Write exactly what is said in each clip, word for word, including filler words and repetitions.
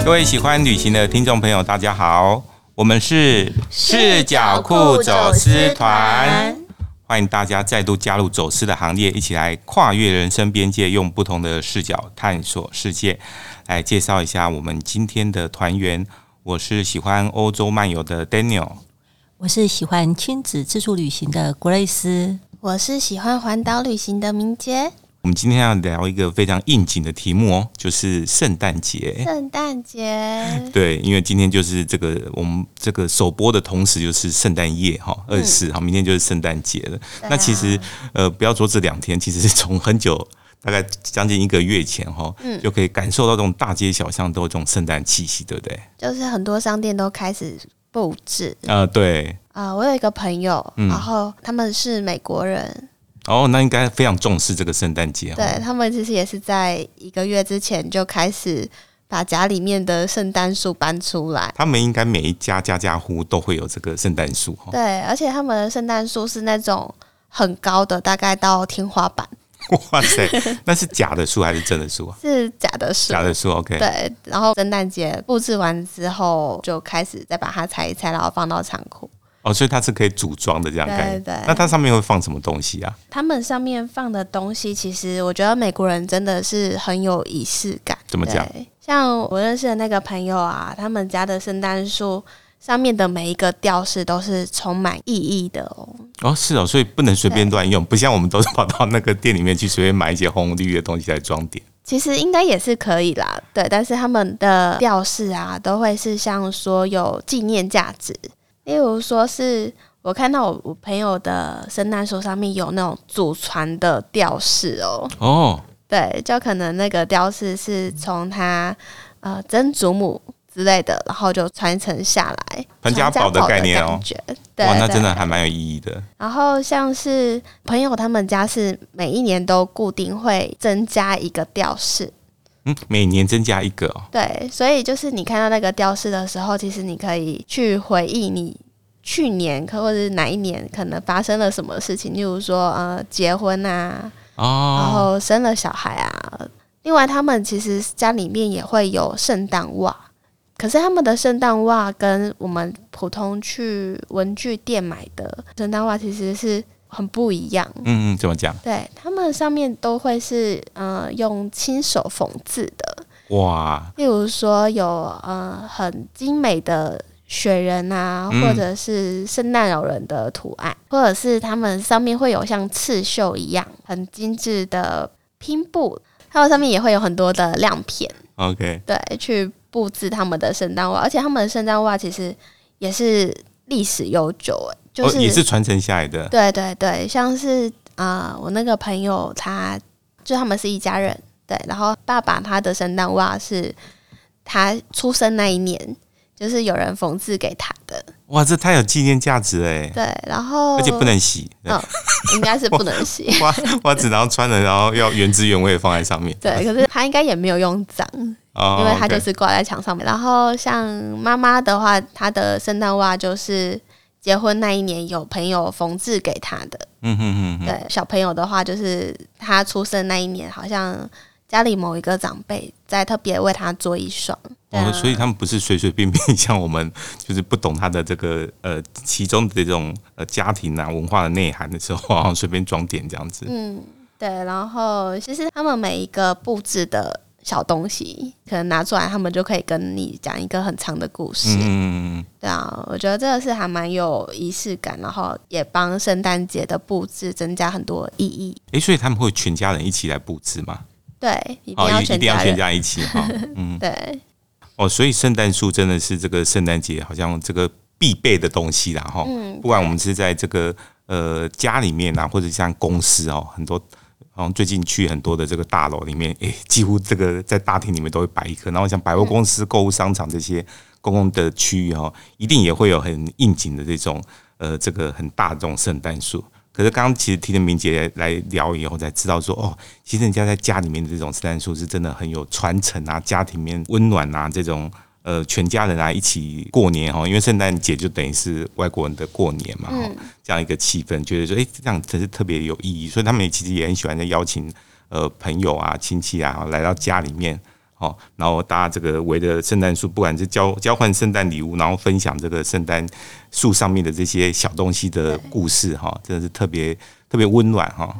各位喜欢旅行的听众朋友，大家好，我们是视角库走私团，欢迎大家再度加入走私的行列，一起来跨越人生边界，用不同的视角探索世界。来介绍一下我们今天的团员，我是喜欢欧洲漫游的 Daniel， 我是喜欢亲子自助旅行的 Grace， 我是喜欢环岛旅行的明杰。 我们今天要聊一个非常应景的题目哦，就是圣诞节。 圣诞节， 对，因为今天就是这个我们这个首播的同时就是圣诞夜哈，二十四号，明天就是圣诞节了。啊、那其实呃，不要说这两天，其实是从很久，大概将近一个月前哈，嗯、就可以感受到这种大街小巷都有这种圣诞气息，对不对？ 就是很多商店都开始布置。 呃，对。 啊、呃，我有一个朋友，嗯、然后他们是美国人。 哦，那应该非常重视这个圣诞节。 对，他们其实也是在一个月之前就开始把家里面的圣诞树搬出来。 他们应该每一家家家户都会有这个圣诞树。 对，而且他们的圣诞树是那种很高的，大概到天花板。 哇塞，那是假的树还是真的树啊？ 是假的树， 假的树 ，OK。 对，然后圣诞节布置完之后，就开始再把它拆一拆，然后放到仓库。 哦，所以它是可以组装的这样概念。 对对。 那它上面会放什么东西啊？ 他们上面放的东西，其实我觉得美国人真的是很有仪式感。 怎么讲？ 像我认识的那个朋友啊，他们家的圣诞树上面的每一个吊饰都是充满意义的哦。 哦，是哦，所以不能随便乱用，不像我们都是跑到那个店里面去随便买一些红绿的东西来装点。 其实应该也是可以啦，对，但是他们的吊饰啊，都会是像说有纪念价值，例如说是。我看到我朋友的圣诞树上面有那种祖传的吊饰哦。哦，对，就可能那个吊饰是从他呃曾祖母之类的，然后就传承下来， 传家宝的概念哦。 对， 哇，那真的还蛮有意义的。 然后像是朋友他们家是每一年都固定会增加一个吊饰。 嗯，每年增加一个哦。 对，所以就是你看到那个吊饰的时候，其实你可以去回忆你。去年或者是哪一年可能发生了什么事情，例如说呃结婚啊，哦、然后生了小孩啊。另外，他们其实家里面也会有圣诞袜，可是他们的圣诞袜跟我们普通去文具店买的圣诞袜其实是很不一样。 嗯嗯，怎么讲？ 对，他们上面都会是呃用亲手缝制的。哇！例如说有呃很精美的。雪人啊，或者是圣诞老人的图案，嗯、或者是他们上面会有像刺绣一样很精致的拼布，他们上面也会有很多的亮片。 OK， 对，去布置他们的圣诞袜，而且他们的圣诞袜其实也是历史悠久，哎，就是、 哦、也是传承下来的。 对对对，像是啊、呃，我那个朋友他就他们是一家人，对，然后爸爸他的圣诞袜是他出生那一年。就是有人缝制给他的。 哇，这太有纪念价值哎！ 对，然后而且不能洗， 嗯，应该是不能洗。 袜袜子然后穿了，然后要原汁原味放在上面。 对，可是他应该也没有用脏，哦、因为他就是挂在墙上面。然后像妈妈的话，她的圣诞袜就是结婚那一年有朋友缝制给她的。嗯哼哼。对，小朋友的话就是他出生那一年，好像。家里某一个长辈在特别为他做一双、 哦，所以他们不是随随便便像我们就是不懂他的这个呃其中的这种呃家庭啊文化的内涵的时候，然后随便装点这样子。 嗯，对。然后其实他们每一个布置的小东西，可能拿出来，他们就可以跟你讲一个很长的故事。嗯，对啊，我觉得这个是还蛮有仪式感，然后也帮圣诞节的布置增加很多意义。 哎，所以他们会全家人一起来布置吗？ 对，一定要全家人、哦、 一定要全家一起哈。 嗯，对。 哦，所以圣诞树真的是这个圣诞节好像这个必备的东西啦哈。嗯，不管我们是在这个呃家里面啊，或者像公司哦，很多好像最近去很多的这个大楼里面，哎，几乎这个在大厅里面都会摆一棵。然后像百货公司、购物商场这些公共的区域哈，一定也会有很应景的这种呃这个很大的这种圣诞树。可是刚刚其实听了明杰来聊以后，才知道说哦，其实人家在家里面的这种圣诞树是真的很有传承啊，家庭面温暖啊，这种呃全家人啊一起过年哈，因为圣诞节就等于是外国人的过年嘛，嗯、这样一个气氛，觉得说哎、欸、这样真是特别有意义，所以他们其实也很喜欢在邀请呃朋友啊亲戚啊来到家里面。 哦，然后大家这个围着圣诞树，不管是交交换圣诞礼物，然后分享这个圣诞树上面的这些小东西的故事哈，真的是特别特别温暖哈。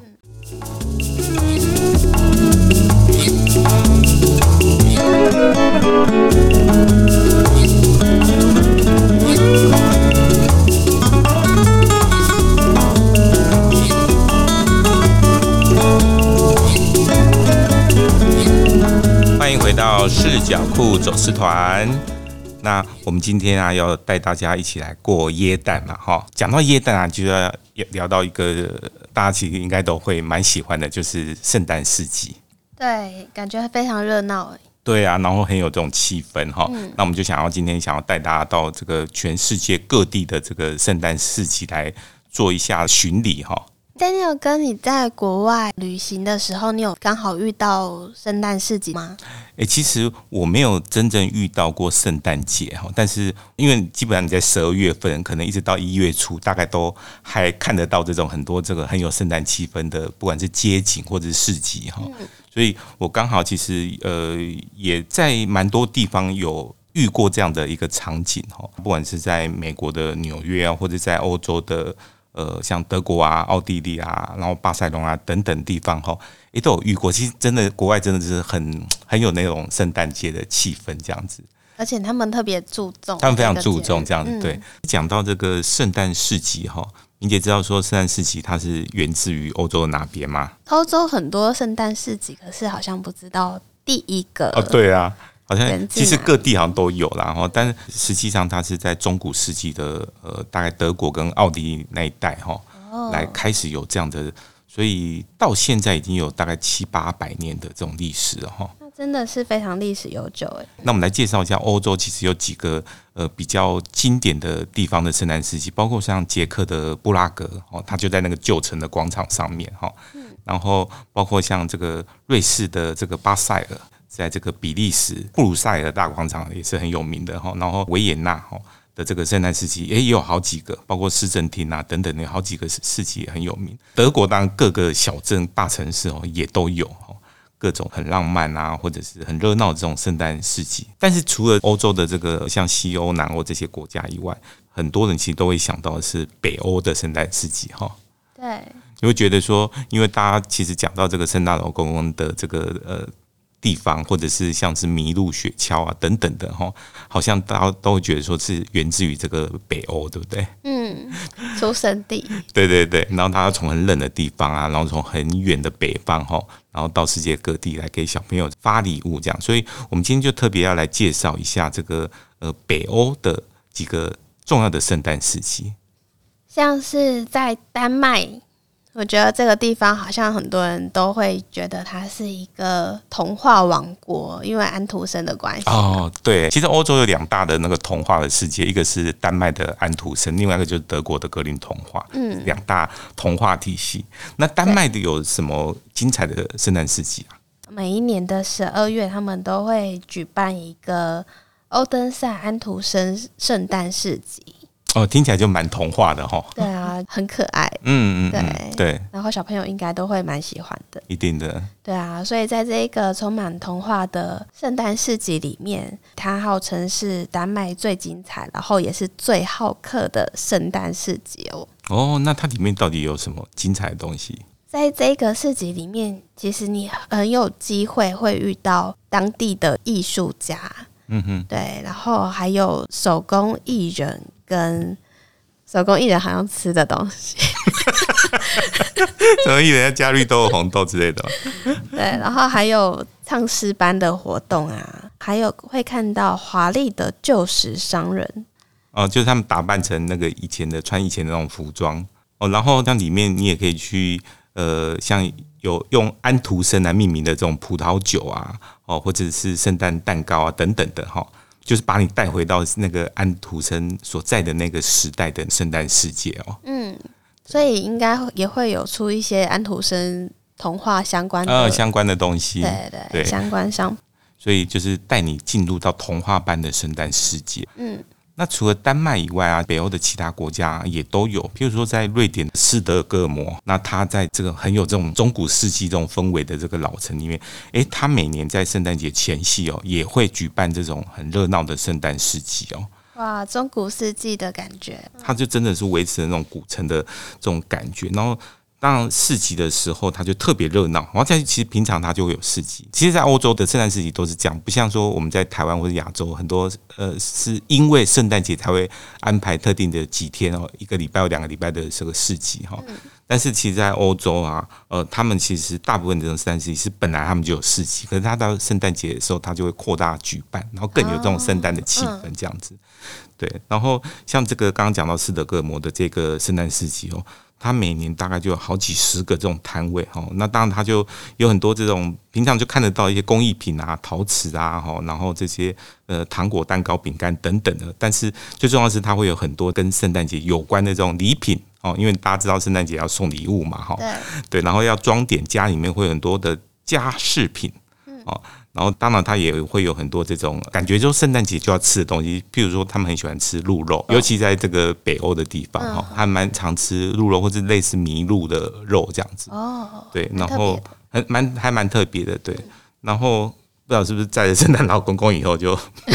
欢迎回到视角库走私团。那我们今天啊，要带大家一起来过耶诞嘛，哈。讲到耶诞啊，就要聊到一个大家其实应该都会蛮喜欢的，就是圣诞市集。 对，感觉非常热闹哎。 对啊，然后很有这种气氛哈。嗯、那我们就想要今天想要带大家到这个全世界各地的这个圣诞市集来做一下巡礼哈。 Daniel 哥，你在国外旅行的时候，你有刚好遇到圣诞市集吗？ 欸、其实我没有真正遇到过圣诞节，但是因为基本上你在十二月份，可能一直到一月初，大概都还看得到这种很多这个很有圣诞气氛的，不管是街景或者是市集哈。嗯、所以我刚好其实呃也在蛮多地方有遇过这样的一个场景哈，不管是在美国的纽约啊，或者在欧洲的。呃，像德国啊、奥地利啊，然后巴塞隆啊等等地方哈，也都有遇过。其实真的国外真的是很很有那种圣诞节的气氛这样子， 而且他们特别注重， 他们非常注重这样子。对，讲到这个圣诞市集哈，明姐知道说圣诞市集它是源自于欧洲的哪边吗？ 欧洲很多圣诞市集，可是好像不知道第一个哦，对啊。好像其实各地好像都有啦，然后但是实际上它是在中古世纪的呃大概德国跟奥地利那一带哈，哦、来开始有这样的，所以到现在已经有大概七八百年的这种历史了哈。 那真的是非常历史悠久哎。 那我们来介绍一下欧洲，其实有几个呃比较经典的地方的圣诞市集，包括像捷克的布拉格哦，它就在那个旧城的广场上面哈，嗯、然后包括像这个瑞士的这个巴塞尔。在这个比利时布鲁塞尔大广场也是很有名的哈，然后维也纳的这个圣诞市集也有好几个，包括市政厅啊等等的好几个市集也很有名。德国当然各个小镇大城市哦也都有各种很浪漫啊或者是很热闹的这种圣诞市集。但是除了欧洲的这个像西欧、南欧这些国家以外，很多人其实都会想到的是北欧的圣诞市集哈。 对， 你会觉得说，因为大家其实讲到这个圣诞老公公的这个呃。地方或者是像是麋鹿雪橇啊等等的哈，好像大家都会觉得说是源自于这个北欧，对不对？ 嗯，出生地。 对对对，然后他从很冷的地方啊，然后从很远的北方哈，然后到世界各地来给小朋友发礼物这样。所以我们今天就特别要来介绍一下这个呃北欧的几个重要的圣诞市集， 像是在丹麦。我觉得这个地方好像很多人都会觉得它是一个童话王国，因为安徒生的关系。 哦，对，其实欧洲有两大的那个童话的世界，一个是丹麦的安徒生，另外一个就是德国的格林童话，嗯，两大童话体系。那丹麦的有什么精彩的圣诞市集啊？ 每一年的十二月，他们都会举办一个欧登塞安徒生圣诞市集。 哦，听起来就蛮童话的哈。 对啊，很可爱。 嗯嗯， 对对。 然后小朋友应该都会蛮喜欢的。 一定的。 对啊，所以在这个充满童话的圣诞市集里面，它号称是丹麦最精彩，然后也是最好客的圣诞市集哦。 哦，那它里面到底有什么精彩的东西？ 在这个市集里面，其实你很有机会会遇到当地的艺术家。嗯哼，对，然后还有手工艺人跟手工艺人好像吃的东西， 手工艺人要加绿豆、红豆之类的。 对，然后还有唱诗班的活动啊，还有会看到华丽的旧时商人。 哦，就是他们打扮成那个以前的穿以前的那种服装哦，然后像里面你也可以去呃，像有用安徒生来命名的这种葡萄酒啊。哦，或者是圣诞蛋糕啊等等的哈，就是把你带回到那个安徒生所在的那个时代的圣诞世界哦。嗯， 所以应该也会有出一些安徒生童话相关的、 呃、相关的东西， 对 对, 对相关商品。 所以就是带你进入到童话般的圣诞世界。嗯， 那除了丹麦以外啊，北欧的其他国家也都有，譬如说在瑞典的斯德哥尔摩，那它在这个很有这种中古世纪这种氛围的这个老城里面，诶，它每年在圣诞节前夕哦，也会举办这种很热闹的圣诞市集哦。 哇，中古世纪的感觉， 它就真的是维持了那种古城的这种感觉，然后。当然，市集的时候它就特别热闹，然后在其实平常它就会有市集。其实，在欧洲的圣诞市集都是这样，不像说我们在台湾或者亚洲很多呃，是因为圣诞节才会安排特定的几天哦，一个礼拜或两个礼拜的这个市集哈。嗯、但是其实，在欧洲啊，呃，他们其实大部分这种圣诞市集是本来他们就有市集，可是他到圣诞节的时候，他就会扩大举办，然后更有这种圣诞的气氛这样子。对，然后像这个刚刚讲到斯德哥尔摩的这个圣诞市集哦。它每年大概就有好几十个这种摊位哈，那当然它就有很多这种平常就看得到一些工艺品啊、陶瓷啊，然后这些呃糖果、蛋糕、饼干等等的。但是最重要的是，它会有很多跟圣诞节有关的这种礼品哦，因为大家知道圣诞节要送礼物嘛，哈，对，然后要装点家里面会有很多的家饰品哦。然后当然它也会有很多这种感觉，就是圣诞节就要吃的东西，譬如说他们很喜欢吃鹿肉，尤其在这个北欧的地方哈，还蛮常吃鹿肉或者类似麋鹿的肉这样子。哦，对，然后很蛮还蛮特别的，对。然后不知道是不是载着圣诞老公公以后就，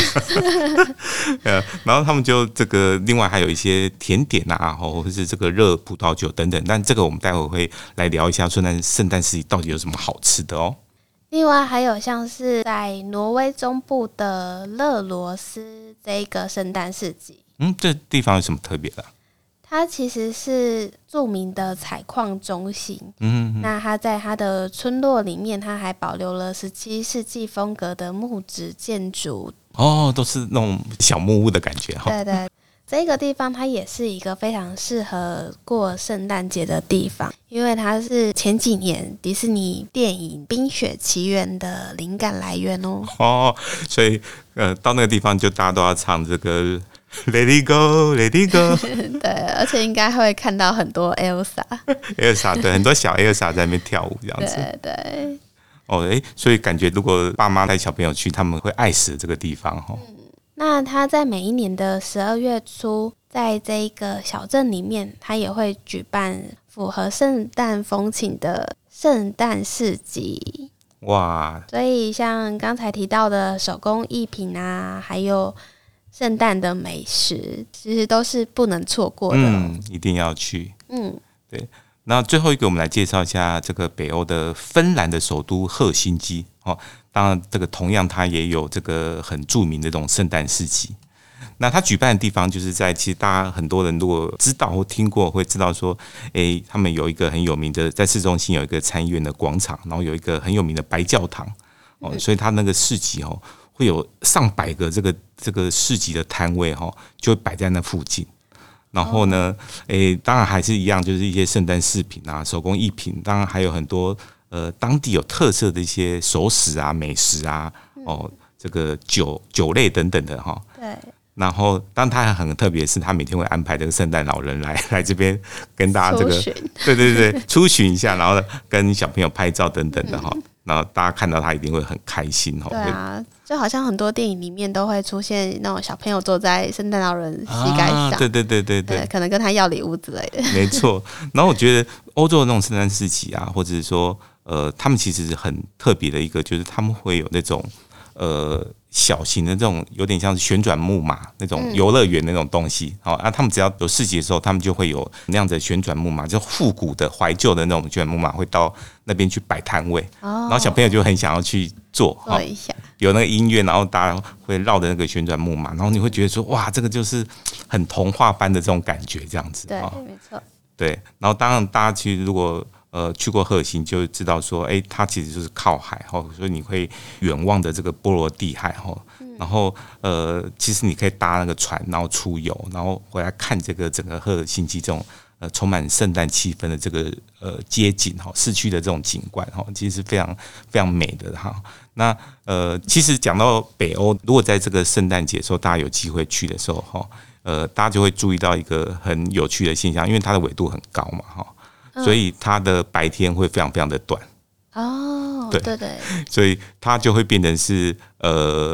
呃，然后他们就这个另外还有一些甜点啊，或者是这个热葡萄酒等等，但这个我们待会会来聊一下，圣诞圣诞市集到底有什么好吃的哦。 另外还有像是在挪威中部的勒罗斯这个圣诞市集， 嗯，这地方有什么特别的、啊？ 它其实是著名的采矿中心，嗯哼哼，那它在它的村落里面，它还保留了十七世纪风格的木质建筑， 哦，都是那种小木屋的感觉哈。 对对。这个地方它也是一个非常适合过圣诞节的地方，因为它是前几年迪士尼电影《冰雪奇缘》的灵感来源哦。哦， 所以呃，到那个地方就大家都要唱这个 Let it go, Let it go 。 对，而且应该会看到很多 Elsa，Elsa 对，很多小 Elsa 在那边跳舞这样子。 对对。 哦，哎，所以感觉如果爸妈带小朋友去，他们会爱死这个地方哈。嗯， 那他在每一年的十二月初，在这个小镇里面，他也会举办符合圣诞风情的圣诞市集。哇！所以像刚才提到的手工艺品啊，还有圣诞的美食，其实都是不能错过的。 嗯，一定要去。嗯，对。那最后一个，我们来介绍一下这个北欧的芬兰的首都赫辛基哦。当然，这个同样它也有这个很著名的这种圣诞市集。那它举办的地方就是在，其实大家很多人如果知道或听过，会知道说，诶，他们有一个很有名的，在市中心有一个参议院的广场，然后有一个很有名的白教堂哦，所以它那个市集哦，会有上百个这个这个市集的摊位哈，就会摆在那附近。然后呢，诶，当然还是一样，就是一些圣诞饰品啊、手工艺品，当然还有很多。呃，当地有特色的一些熟食啊、美食啊，哦，这个酒酒类等等的哈。对。然后，当然他很特别，是他每天会安排这个圣诞老人来来这边跟大家这个，对对对，出巡一下，然后跟小朋友拍照等等的哈。嗯、然后大家看到他一定会很开心哈。 对啊，就好像很多电影里面都会出现那种小朋友坐在圣诞老人膝盖上，啊、 对对对对 对, 对， 可能跟他要礼物之类的。 没错。然后我觉得欧洲的那种圣诞市集啊，或者是说。呃，他们其实很特别的一个，就是他们会有那种呃小型的这种，有点像是旋转木马那种游乐园那种东西。好、嗯哦、啊，他们只要有市集的时候，他们就会有那样子的旋转木马，就复古的、怀旧的那种旋转木马，会到那边去摆摊位。哦，然后小朋友就很想要去坐， 坐一下、哦， 有那个音乐，然后大家会绕着那个旋转木马，然后你会觉得说，哇，这个就是很童话般的这种感觉，这样子。 对，哦、没错。 对，然后当然大家其实如果呃，去过赫辛就知道说，哎、欸，它其实就是靠海哈，所以你会远望的这个波罗的海哈，然后呃，其实你可以搭那个船，然后出游，然后回来看这个整个赫辛基这种呃充满圣诞气氛的这个呃街景哈，市区的这种景观哈，其实是非常非常美的哈。那呃，其实讲到北欧，如果在这个圣诞节的时候，大家有机会去的时候哈，呃，大家就会注意到一个很有趣的现象，因为它的纬度很高嘛哈。所以它的白天会非常非常的短哦，对对对，所以它就会变成是呃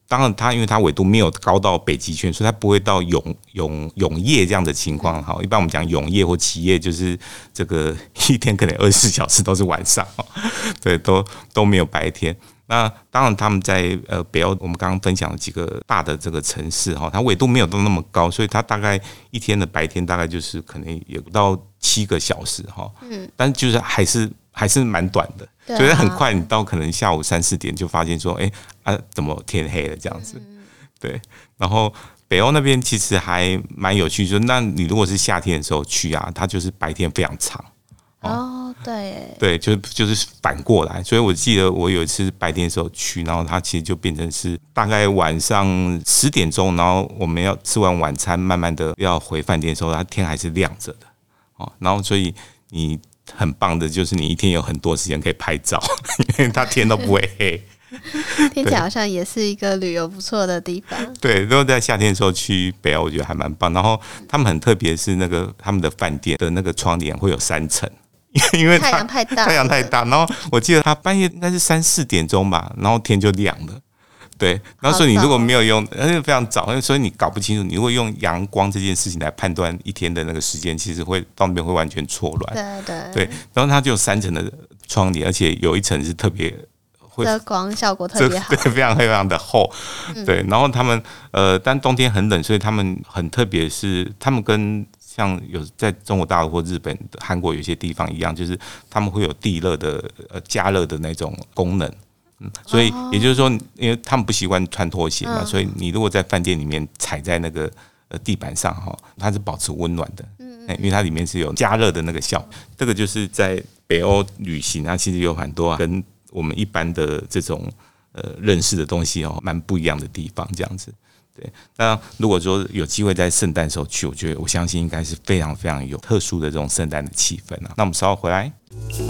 当然它因为它纬度没有高到北极圈，所以它不会到永永永夜这样的情况。好，一般我们讲永夜或起夜，就是这个一天可能二十四小时都是晚上，对，都都没有白天。那当然，他们在呃北欧，我们刚刚分享了几个大的这个城市哈，它纬度没有到那么高，所以它大概一天的白天大概就是可能也不到七个小时哈，嗯，但就是还是还是蛮短的，所以很快你到可能下午三四点就发现说，哎、欸、啊怎么天黑了这样子，对，然后北欧那边其实还蛮有趣，就是那你如果是夏天的时候去啊，它就是白天非常长。 哦，对， 对，就就是反过来，所以我记得我有一次白天的时候去，然后它其实就变成是大概晚上十点钟，然后我们要吃完晚餐，慢慢的要回饭店的时候，它天还是亮着的哦。然后所以你很棒的就是你一天有很多时间可以拍照，因为它天都不会黑。 听起来好像也是一个旅游不错的地方。 对，如果在夏天的时候去北欧，我觉得还蛮棒。然后他们很特别，是那个他们的饭店的那个窗帘会有三层。因为太阳太大， 太阳太大，然后我记得他半夜应该是三四点钟吧，然后天就亮了，对，然后所以你如果没有用，而且非常早，所以你搞不清楚，你如果用阳光这件事情来判断一天的那个时间，其实会到那边会完全错乱， 对对对，然后它就有三层的窗帘，而且有一层是特别遮光效果特别好， 对，非常非常的厚，对，然后他们呃，但冬天很冷，所以他们很特别，是他们跟像有在中国大陆或日本、韩国有些地方一样，就是他们会有地热的呃加热的那种功能，嗯，所以也就是说，因为他们不习惯穿拖鞋嘛，所以你如果在饭店里面踩在那个呃地板上哈，它是保持温暖的，嗯，因为它里面是有加热的那个效果。这个就是在北欧旅行，它其实有很多跟我们一般的这种呃认识的东西哦，蛮不一样的地方，这样子。对，那如果说有机会在圣诞的时候去，我觉得我相信应该是非常非常有特殊的这种圣诞的气氛啊。那我们稍后回来。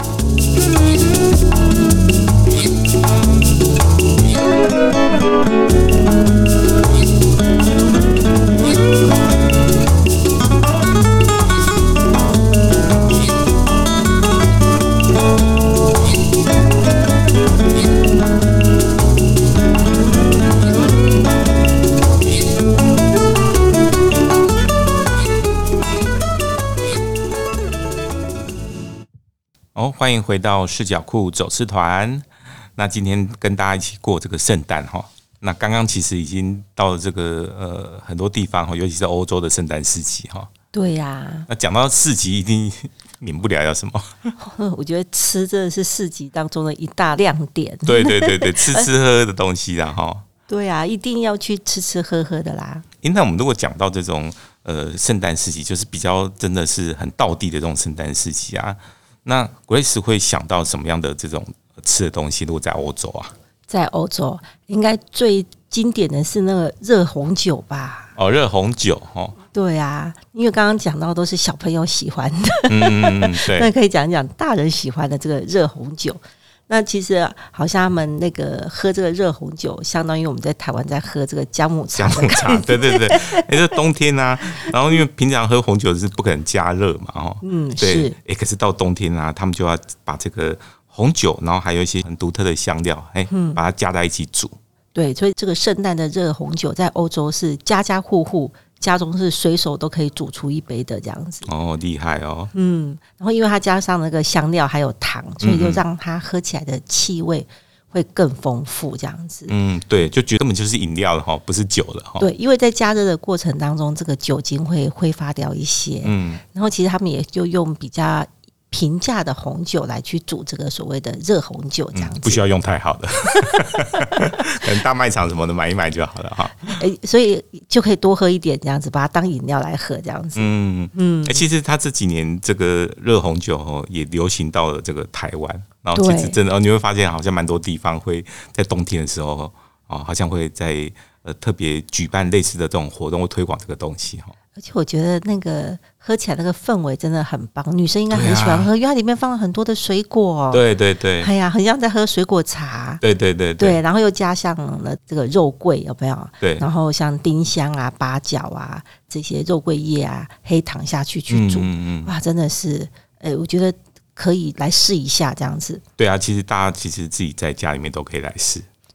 哦，欢迎回到视角库走私团。那今天跟大家一起过这个圣诞哈。那刚刚其实已经到了这个呃很多地方哈，尤其是欧洲的圣诞市集哈。 对呀、啊。 那讲到市集，一定免不了要什么？ 我觉得吃真的是市集当中的一大亮点。 对对对对，吃吃喝喝的东西啦哈。对啊，一定要去吃吃喝喝的啦。 因为那我们如果讲到这种呃圣诞市集，就是比较真的是很道地的这种圣诞市集啊。那 Grace 会想到什么样的这种吃的东西？如果在欧洲啊， 在欧洲应该最经典的是那个热红酒吧？ 哦，热红酒哦， 对啊，因为刚刚讲到都是小朋友喜欢的， 嗯，对， 那可以讲讲大人喜欢的这个热红酒。那其实好像他们那个喝这个热红酒，相当于我们在台湾在喝这个姜母茶。 姜母茶，对对对，哎、欸，这冬天啊，然后因为平常喝红酒是不可能加热嘛，哦， 嗯， 对， 是， 哎、欸，可是到冬天啊，他们就要把这个红酒，然后还有一些很独特的香料，哎、欸，嗯、把它加在一起煮。 对，所以这个圣诞的热红酒在欧洲是家家户户。家中是随手都可以煮出一杯的这样子哦，厉害哦。 嗯，然后因为它加上那个香料还有糖，所以就让它喝起来的气味会更丰富这样子。 嗯，对，就觉得根本就是饮料了哈，不是酒了哈。 对，因为在加热的过程当中，这个酒精会挥发掉一些。嗯，然后其实他们也就用比较平价的红酒来去煮这个所谓的热红酒这样子、嗯、 不需要用太好的可能大卖场什么的买一买就好了哈、 欸、所以就可以多喝一点这样子，把它当饮料来喝这样子。 嗯嗯、欸、其实他这几年这个热红酒也流行到了这个台湾，然后其实真的你会发现好像蛮多地方会在冬天的时候好像会在呃特别举办类似的这种活动，会推广这个东西。 而且我觉得那个喝起来那个氛围真的很棒，女生应该很喜欢喝，啊、因为它里面放了很多的水果。 对对对， 哎呀，很像在喝水果茶。 对对对对, 对，然后又加上了这个肉桂，有没有？ 对，然后像丁香啊、八角啊这些肉桂叶啊、黑糖下去去煮，嗯嗯嗯哇，真的是，哎，我觉得可以来试一下这样子。 对啊，其实大家其实自己在家里面都可以来试。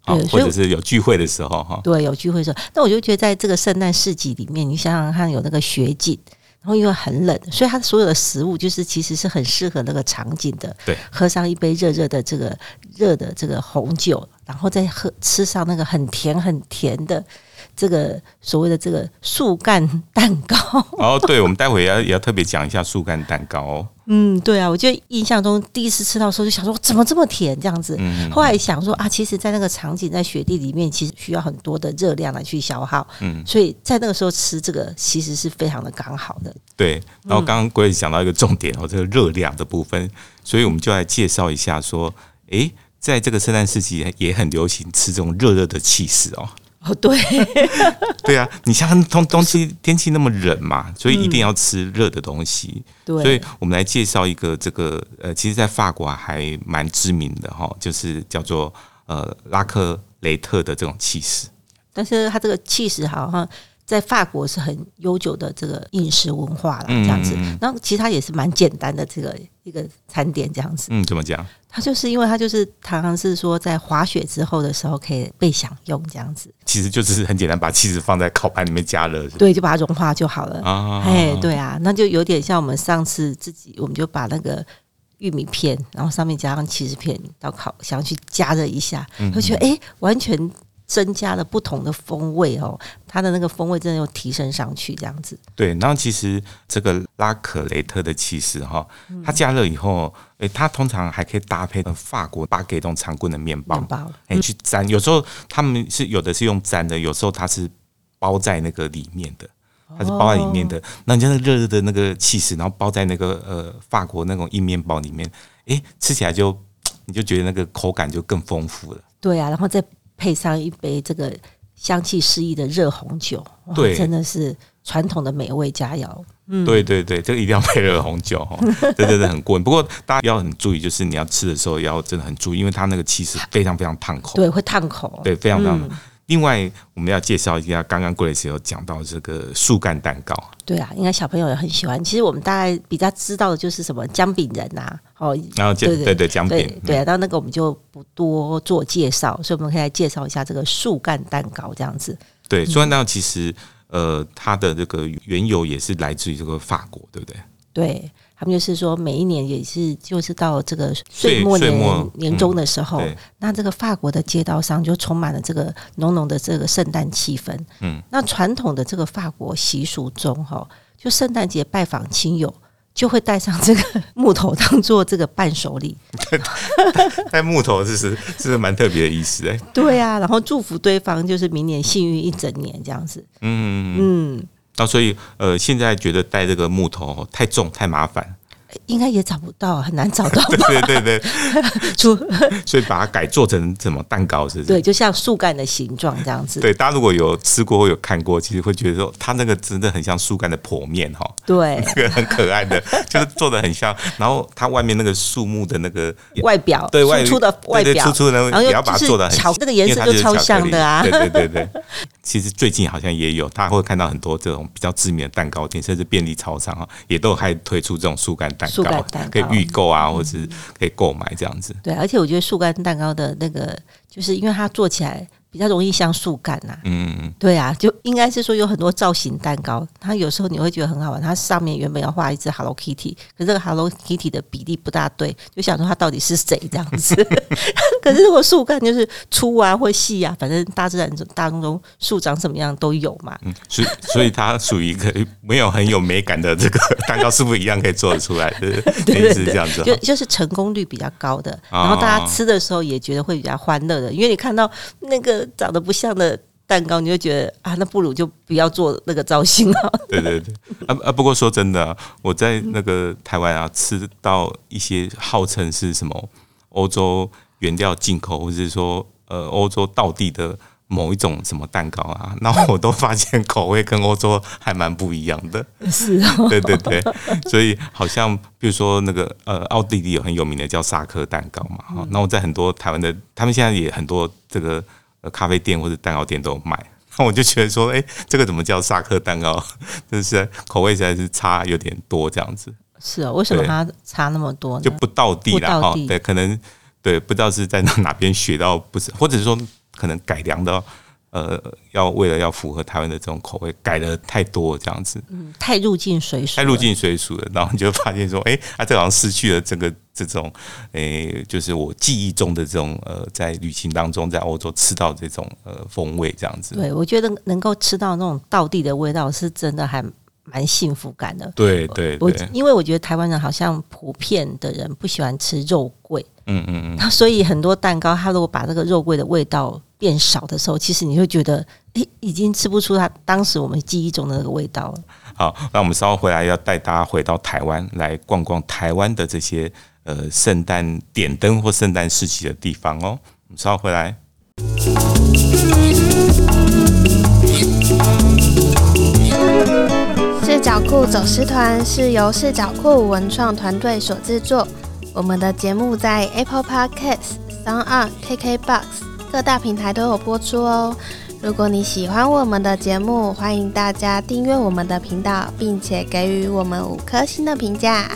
哦、或者是有聚会的时候哈。 对，有聚会的时候，那我就觉得在这个圣诞市集里面，你想想看，有那个雪景。然后因为很冷，所以它所有的食物就是其实是很适合那个场景的。 对， 喝上一杯热热的这个热的这个红酒，然后再喝吃上那个很甜很甜的这个所谓的这个树干蛋糕。 哦，对，我们待会也要也要特别讲一下树干蛋糕哦。 嗯，对啊，我觉得印象中第一次吃到的时候就想说怎么这么甜这样子，嗯、后来想说啊，其实在那个场景在雪地里面，其实需要很多的热量来去消耗，嗯，所以在那个时候吃这个其实是非常的刚好的。 对，然后刚刚Grace讲到一个重点哦，这个热量的部分，所以我们就来介绍一下说，诶，在这个圣诞市集也很流行吃这种热热的起司哦。 哦，对， 对啊，你像冬冬季天气那么冷嘛，所以一定要吃热的东西。对、嗯，所以我们来介绍一个这个呃，其实，在法国还蛮知名的哈，就是叫做呃拉克雷特的这种起司。 但是它这个起司好像在法国是很悠久的这个饮食文化啦，这样子。嗯、然后其实它也是蛮简单的这个一个餐点，这样子。 嗯，怎么讲？ 它就是因为它就是常常是说在滑雪之后的时候可以被享用这样子， 其实就是很简单，把起司放在烤盘里面加热， 对，就把它融化就好了。啊，哎，对啊，那就有点像我们上次自己，我们就把那个玉米片，然后上面加上起司片到烤箱去加热一下，嗯、就觉得哎、欸，完全增加了不同的风味哦，它的那个风味真的又提升上去，这样子。 对，然后其实这个拉可雷特的起司哈，它加热以后，诶，它通常还可以搭配法国巴给这种长棍的面包，哎、嗯，去沾。有时候他们是有的是用沾的，有时候它是包在那个里面的，它是包在里面的。那、哦、你像那热热的那个起司，然后包在那个呃法国那种硬面包里面，哎，吃起来就你就觉得那个口感就更丰富了。 对啊，然后再配上一杯这个香气四溢的热红酒，对，真的是传统的美味佳肴。 嗯，对对对，这个一定要配热红酒，这真的很过瘾。不过大家要很注意，就是你要吃的时候要真的很注意，因为它那个起司非常非常烫口， 对，会烫口， 对，非常非常。嗯、另外，我们要介绍一下，刚刚Grace有讲到这个树干蛋糕。 对啊，应该小朋友也很喜欢。其实我们大概比较知道的就是什么姜饼人啊，哦， 然后对对对姜饼， 对对啊，然后那个我们就不多做介绍，所以我们可以来介绍一下这个树干蛋糕这样子。 对，树干蛋糕其实呃，它的这个缘由也是来自于这个法国，对不对？ 对。他们就是说，每一年也是，就是到这个岁末年末年终的时候，嗯、那这个法国的街道上就充满了这个浓浓的这个圣诞气氛。嗯，那传统的这个法国习俗中，哈，就圣诞节拜访亲友，就会带上这个木头当做这个伴手礼。 带木头是是是蛮特别的意思哎。 对啊，然后祝福对方就是明年幸运一整年这样子。嗯嗯。那所以，呃，现在觉得带这个木头太重太麻烦， 应该也找不到，很难找到。 对对对对，所以把它改做成什么蛋糕，是不是？ 对，就像树干的形状这样子。 对，大家如果有吃过或有看过，其实会觉得说，它那个真的很像树干的剖面哈。 对， 那个很可爱的，就是做的很像。然后它外面那个树木的那个外表， 对， 粗粗的外表， 粗粗的，然后也要把它做的很巧，这个颜色就超像的啊。 对对对对。其实最近好像也有，大家会看到很多这种比较知名的蛋糕店，甚至便利超商哈，也都还推出这种树干蛋糕， 树干蛋糕可以预购啊，或者是可以购买这样子。 对，而且我觉得树干蛋糕的那个，就是因为它做起来比较容易像树干呐、啊。嗯，对啊，就应该是说有很多造型蛋糕，它有时候你会觉得很好玩，它上面原本要画一只 Hello Kitty， 可是这个 Hello Kitty 的比例不大对，就想说它到底是谁这样子。可是如果树干就是粗啊或细啊，反正大自然当中树长什么样都有嘛。 嗯，所以所以它属于一个没有很有美感的这个蛋糕，是不是一样可以做得出来的？对对对，是这样子， 就就是成功率比较高的，然后大家吃的时候也觉得会比较欢乐的，因为你看到那个长得不像的蛋糕，你就觉得啊，那不如就不要做那个造型了。对对对，啊啊！不过说真的、啊，我在那个台湾啊，吃到一些号称是什么欧洲原料进口，或者是说呃欧洲道地的某一种什么蛋糕啊，那我都发现口味跟欧洲还蛮不一样的。 是哦， 对对对，所以好像比如说那个呃奥地利有很有名的叫萨克蛋糕嘛，嗯、那我在很多台湾的，他们现在也很多这个。咖啡店或者蛋糕店都有卖，那我就觉得说，哎、欸，这个怎么叫萨克蛋糕？就是口味实在是差有点多，这样子。 是啊、哦，为什么它差那么多呢？ 就不道地啦，哈，对，可能对，不知道是在哪边学到，不是，或者是说可能改良的。呃，要为了要符合台湾的这种口味，改了太多这样子， 嗯，太入境随俗， 太入境随俗了，然后你就发现说，哎、欸，啊，这好像失去了这个这种，哎、欸，就是我记忆中的这种呃，在旅行当中，在欧洲吃到这种呃风味这样子。 对，我觉得能够吃到那种道地的味道，是真的还蛮幸福感的。 对对我对， 因为我觉得台湾人好像普遍的人不喜欢吃肉桂， 嗯嗯嗯， 所以很多蛋糕，它如果把这个肉桂的味道变少的时候，其实你会觉得，欸，已经吃不出它当时我们记忆中的那个味道了。 好，那我们稍后回来要带大家回到台湾来逛逛台湾的这些呃圣诞点灯或圣诞市集的地方哦。我们稍后回来。 视角库走失团是由视角库文创团队所制作，我们的节目在 Apple Podcast、SoundOn、K K B O X 各大平台都有播出哦。如果你喜欢我们的节目，欢迎大家订阅我们的频道，并且给予我们五颗星的评价。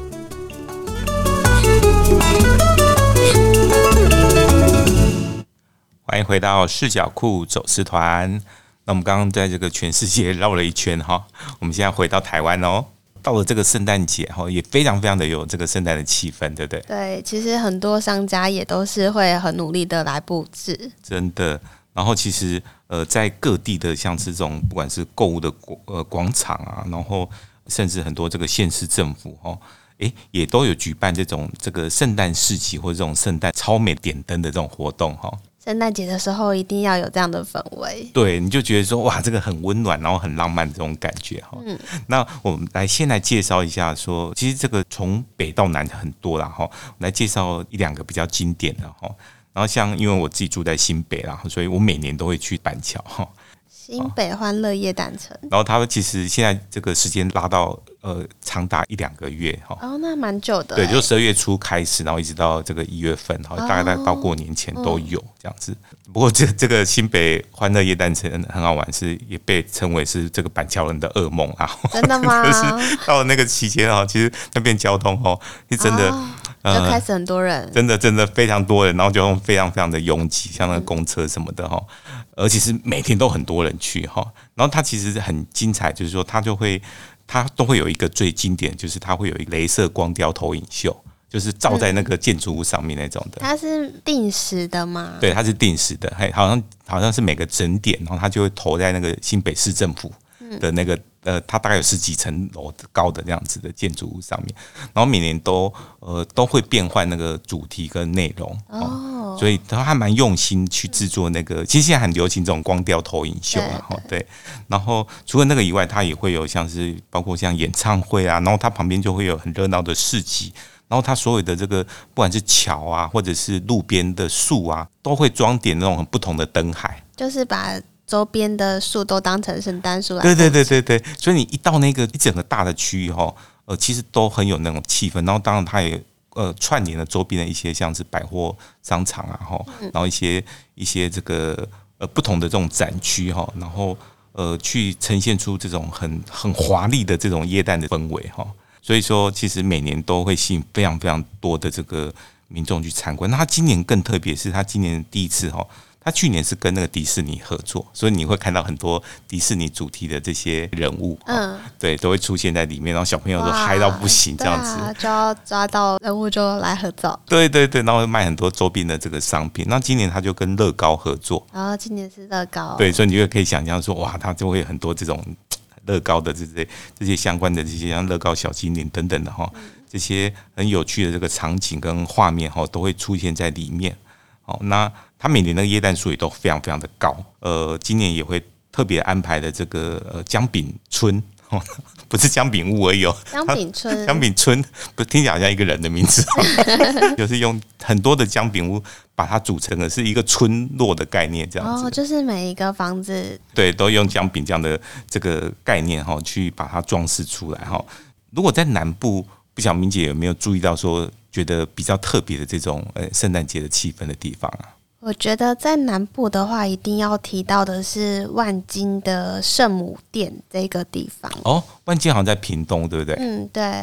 欢迎回到视角库走失团。那我们刚刚在这个全世界绕了一圈哈，我们现在回到台湾哦。到了这个圣诞节哈，也非常非常的有这个圣诞的气氛，对不对？ 对，其实很多商家也都是会很努力的来布置， 真的。然后其实呃，在各地的像是这种不管是购物的呃广场啊，然后甚至很多这个县市政府哈，诶，也都有举办这种这个圣诞市集或者这种圣诞超美点灯的这种活动哈。 圣诞节的时候一定要有这样的氛围， 对，你就觉得说哇，这个很温暖，然后很浪漫的这种感觉哈。嗯，那我们来先来介绍一下说，其实这个从北到南很多啦哈，我们来介绍一两个比较经典的哈。然后像因为我自己住在新北啦，所以我每年都会去板桥哈。 新北欢乐夜诞城， 然后他们其实现在这个时间拉到呃长达一两个月哈， 哦，那蛮久的， 对，就十二月初开始，然后一直到这个一月份，哈，大概到过年前都有这样子。不过这这个新北欢乐夜诞城很好玩，是也被称为是这个板桥人的噩梦啊。 真的吗？ 就是到了那个期间啊，其实那边交通哦是真的。 哦就开始很多人，呃、 真的真的非常多人，然后交通非常非常的拥挤，像那个公车什么的哈，而且是每天都很多人去哈。然后它其实很精彩，就是说它就会它都会有一个最经典，就是它会有一个雷射光雕投影秀，就是照在那个建筑物上面那种的。 它是定时的吗？ 对，它是定时的，好像好像是每个整点，然后它就会投在那个新北市政府的那个。呃，它大概有十几层楼高的这样子的建筑物上面，然后每年都呃都会变换那个主题跟内容哦，所以它还蛮用心去制作那个。其实现在很流行这种光雕投影秀啊，对。然后除了那个以外，它也会有像是包括像演唱会啊，然后它旁边就会有很热闹的市集，然后它所有的这个不管是桥啊，或者是路边的树啊，都会装点那种很不同的灯海， 就是把周边的树都当成圣诞树来， 对对对对对，所以你一到那个一整个大的区域哈，呃，其实都很有那种气氛。然后当然它也呃串联了周边的一些像是百货商场啊哈，然后一些一些这个呃不同的这种展区哈，然后呃去呈现出这种很很华丽的这种耶诞的氛围哈。所以说，其实每年都会吸引非常非常多的这个民众去参观。那他今年更特别，是他今年第一次哈。他去年是跟那个迪士尼合作，所以你会看到很多迪士尼主题的这些人物，嗯，对，都会出现在里面，然后小朋友都嗨到不行，这样子， 啊、就要抓到人物就来合照， 对对对，然后卖很多周边的这个商品。那今年他就跟乐高合作， 然后今年是乐高， 对，所以你就可以想象说，哇，他就会很多这种乐高的这些这些相关的这些像乐高小精灵等等的哈，这些很有趣的这个场景跟画面哈，都会出现在里面。哦，那他每年那个耶诞树也都非常非常的高，呃，今年也会特别安排的这个呃姜饼村，哦，不是姜饼屋而已哦， 姜饼村， 姜饼村不听起来好像一个人的名字，就是用很多的姜饼屋把它组成的是一个村落的概念，这样子。 哦，就是每一个房子对都用姜饼这样的这个概念哈，去把它装饰出来哈。如果在南部，不晓得明姐有没有注意到说，觉得比较特别的这种呃圣诞节的气氛的地方啊？ 我觉得在南部的话，一定要提到的是万金的圣母殿这个地方。 哦，万金好像在屏东，对不对？ 嗯，对。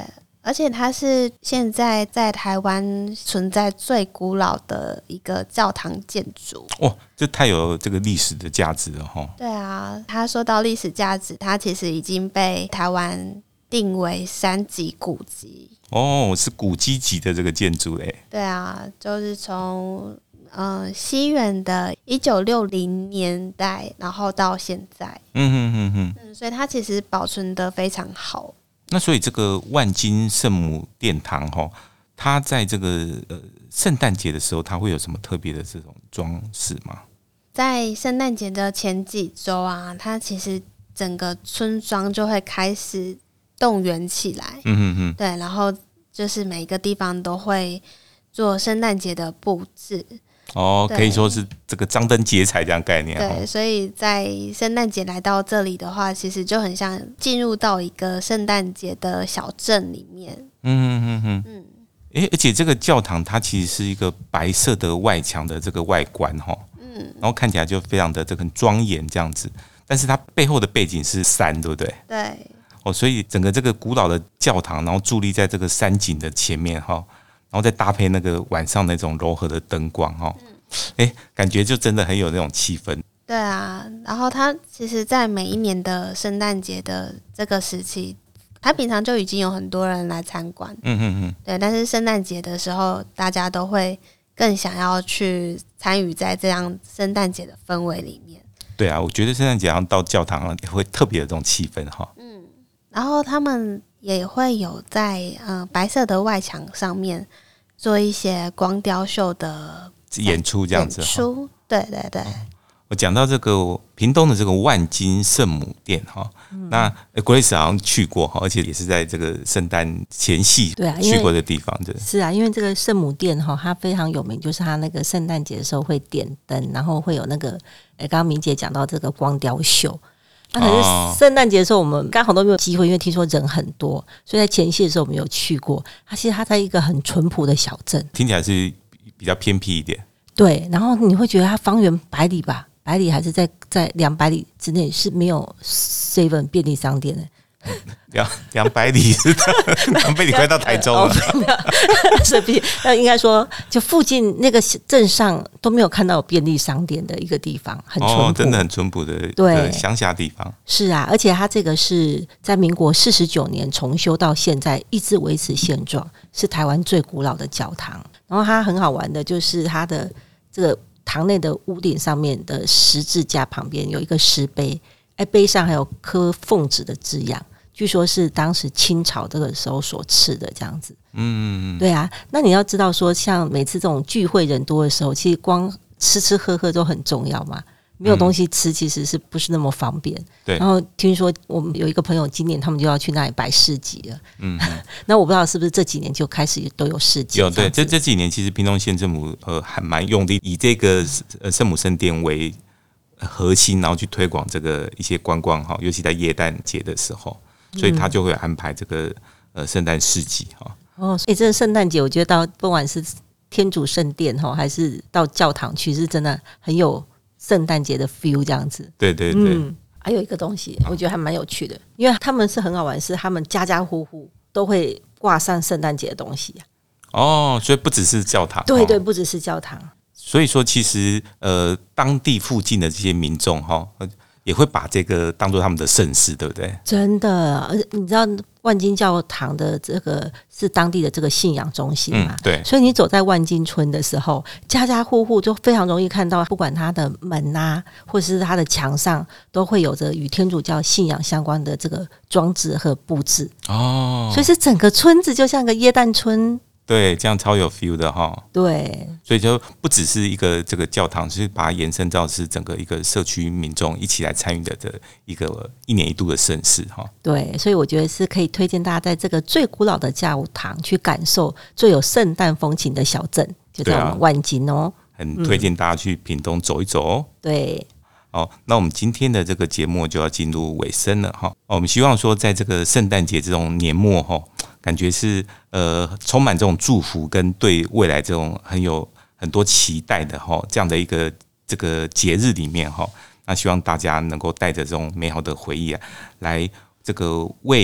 而且它是现在在台湾存在最古老的一个教堂建筑。 哇，这太有这个历史的价值了齁。 对啊，他说到历史价值，它其实已经被台湾定为三级古迹。 哦，是古迹级的这个建筑嘞。 对啊，就是从嗯西元的一九六零年代，然后到现在。嗯哼哼哼。嗯，所以它其实保存得非常好。 那所以这个万金圣母殿堂齁，它在这个呃圣诞节的时候，它会有什么特别的这种装饰吗？ 在圣诞节的前几周啊，它其实整个村庄就会开始动员起来。嗯哼哼。对，然后就是每个地方都会做圣诞节的布置。 哦，可以说是这个张灯结彩这样概念。 对，所以在圣诞节来到这里的话，其实就很像进入到一个圣诞节的小镇里面。嗯嗯嗯嗯。 欸，而且这个教堂它其实是一个白色的外墙的这个外观齁，嗯，然后看起来就非常的这个很庄严这样子，但是它背后的背景是山，对不对？ 对。 哦，所以整个这个古老的教堂，然后伫立在这个山景的前面齁。然后再搭配那个晚上那种柔和的灯光，哈，哎，感觉就真的很有那种气氛。 对啊，然后它其实，在每一年的圣诞节的这个时期，它平常就已经有很多人来参观，嗯嗯嗯，对。但是圣诞节的时候，大家都会更想要去参与在这样圣诞节的氛围里面。 对啊，我觉得圣诞节上到教堂也会特别有这种气氛哈。 嗯，然后他们也会有在呃白色的外墙上面做一些光雕秀的演出，这样子。 演出，对对对。 我讲到这个屏东的这个万金圣母殿哈，嗯、那 Grace 好像去过哈，而且也是在这个圣诞前夕去过的地方，对。 是啊，因为这个圣母殿哈，它非常有名，就是它那个圣诞节的时候会点灯，然后会有那个，刚刚明姐讲到这个光雕秀。那可是圣诞节的时候，我们刚好都没有机会，因为听说人很多，所以在前夕的时候我们有去过。它其实它在一个很淳朴的小镇， 听起来是比较偏僻一点。 对，然后你会觉得它方圆百里吧，百里还是在在两百里之内是没有 seven 便利商店的。 两两百里是两百里快到台中了， 所以那应该说，就附近那个镇上都没有看到有便利商店的一个地方，很淳朴， 哦，真的很淳朴的对乡下地方。 是啊，而且它这个是在民国四十九年重修到现在，一直维持现状，是台湾最古老的教堂。然后它很好玩的就是它的这个堂内的屋顶上面的十字架旁边有一个石碑，哎，碑上还有刻凤指的字样。据说是当时清朝这个时候所赐的这样子，嗯，对啊。那你要知道说，像每次这种聚会人多的时候，其实光吃吃喝喝都很重要嘛。没有东西吃，其实是不是那么方便？对。然后听说我们有一个朋友，今年他们就要去那里摆市集了。嗯，那我不知道是不是这几年就开始都有市集？ 有，对，这这几年其实屏东县政府呃还蛮用力，以这个呃圣母圣殿为核心，然后去推广这个一些观光哈，尤其在耶诞节的时候。所以他就会安排这个呃圣诞市集哈。 哦，所以这个圣诞节，我觉得到不管是天主圣殿哈，还是到教堂去，是真的很有圣诞节的 feel 这样子。 对对对。 嗯，还有一个东西，我觉得还蛮有趣的，因为他们是很好玩，是他们家家户户都会挂上圣诞节的东西啊。 哦，所以不只是教堂。 对对，不只是教堂。 所以说，其实呃，当地附近的这些民众哈。也会把这个当作他们的盛事，对不对？ 真的，你知道万金教堂的这个是当地的这个信仰中心嘛？ 嗯、对。 所以你走在万金村的时候，家家户户就非常容易看到，不管它的门啊，或者是它的墙上，都会有着与天主教信仰相关的这个装置和布置。哦。所以是整个村子就像个耶诞村。 对，这样超有 feel 的哈。 对， 所以就不只是一个这个教堂，就是把它延伸到是整个一个社区民众一起来参与的这一个一年一度的盛事哈。 对，所以我觉得是可以推荐大家在这个最古老的教堂去感受最有圣诞风情的小镇，就在我们万金哦。 很推荐大家去屏东走一走哦。 嗯、对。 好，那我们今天的这个节目就要进入尾声了哈。我们希望说，在这个圣诞节这种年末哈，感觉是呃充满这种祝福跟对未来这种很有很多期待的哈，这样的一个这个节日里面哈，那希望大家能够带着这种美好的回忆啊，来这个为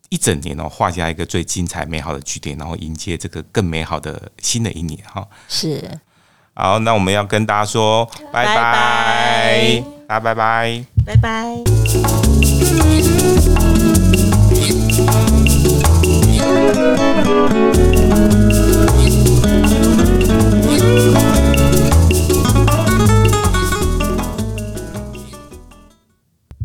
一整年哦，画下一个最精彩美好的句点，然后迎接这个更美好的新的一年哈。 是， 好，那我们要跟大家说拜拜，大家拜拜， 拜拜。